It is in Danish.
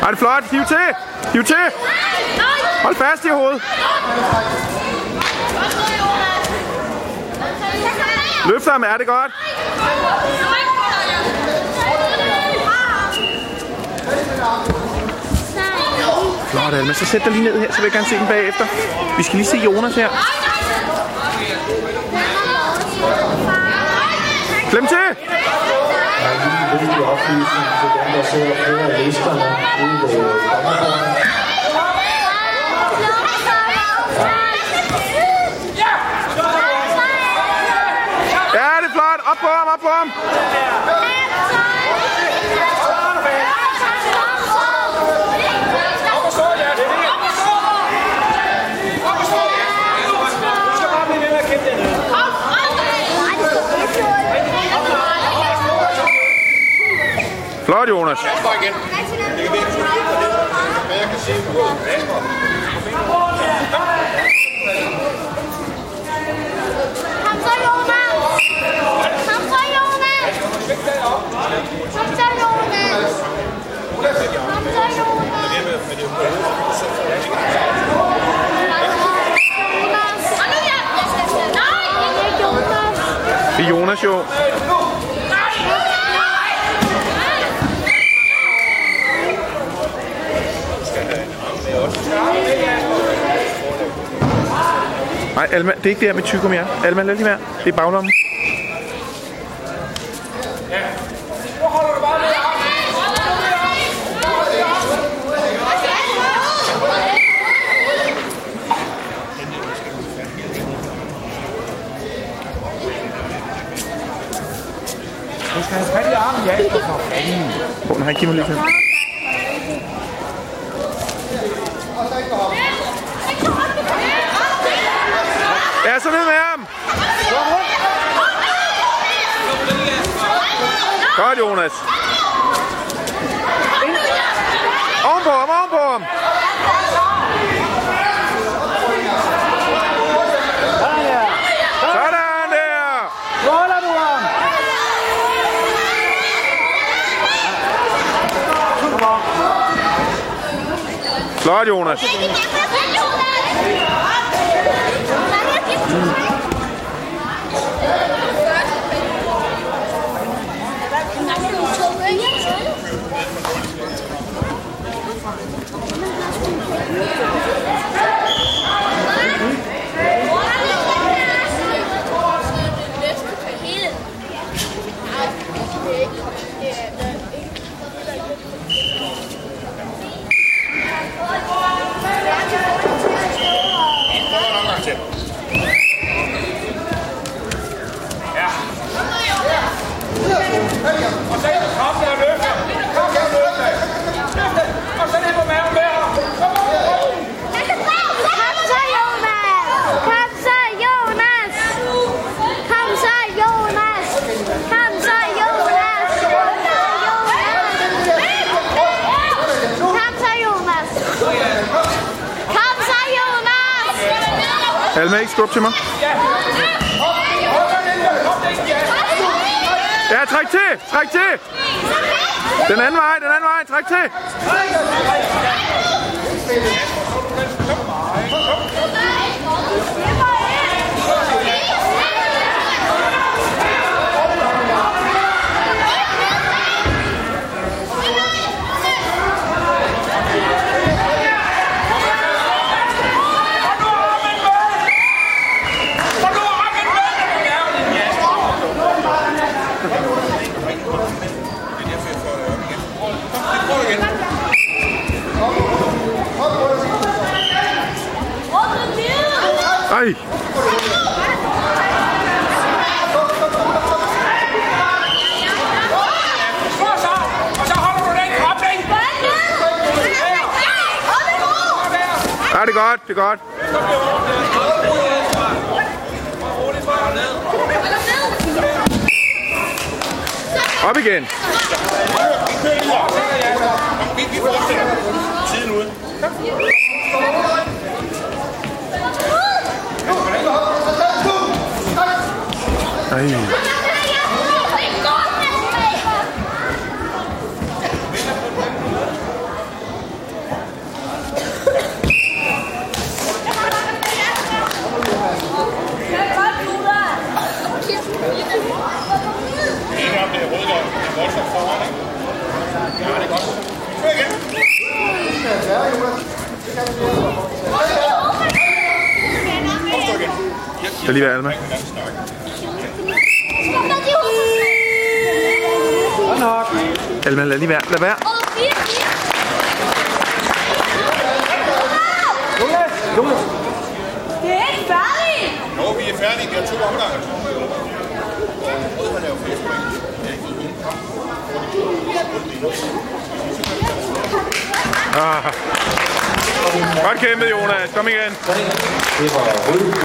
Ej, det er flot. Hiv til. Hiv til. Hold fast i hovedet. Løft ham, er det godt? Flot, Alma. Så sæt dig lige ned her, så vil jeg gerne se den bagefter. Vi skal lige se Jonas her. Klem til! Der er lige en vigtig oplysning til dem, der sidder flere af listerne ude ved dommerbordet. Ja, det er flot! Op på ham, op på ham! Flot, Jonas. Det er Jonas jo. Nej, Alma, det er ikke det her med tyggegummi her. Alma, lad lige være. Det er baglommen. Du skal have fat i armen, ja. Hvor nej, giv mig lige til. Ja, så ned med ham. Godt, Jonas. Ovenpå ham, ovenpå ham. Sådan der. Måler du ham? Flot, Jonas. Og så kom der og løfte. Kom der og løfte. Løfte. Og så ned på maven med ham. Kom så, Jonas. Kom så, Jonas. Kom så, Jonas. Kom så, Jonas. Kom så, Jonas. Kom så, Jonas. Alma, ikke skub til mig. Ja, træk til! Træk til! Den anden vej, træk til! Ej! Og så holder du den kobling. Ja, det er godt, det er godt. Op igen. Vi fortsætter. Tiden ude. Ej. Det er lige ved Alma. Alma, lad lige være. Lad være. Lukas! Det er ikke færdigt! Jo, vi er færdige. Vi har 2 omgange. Rød har lavet flest point. Godt kæmpet, Jonas. Kom igen. Det var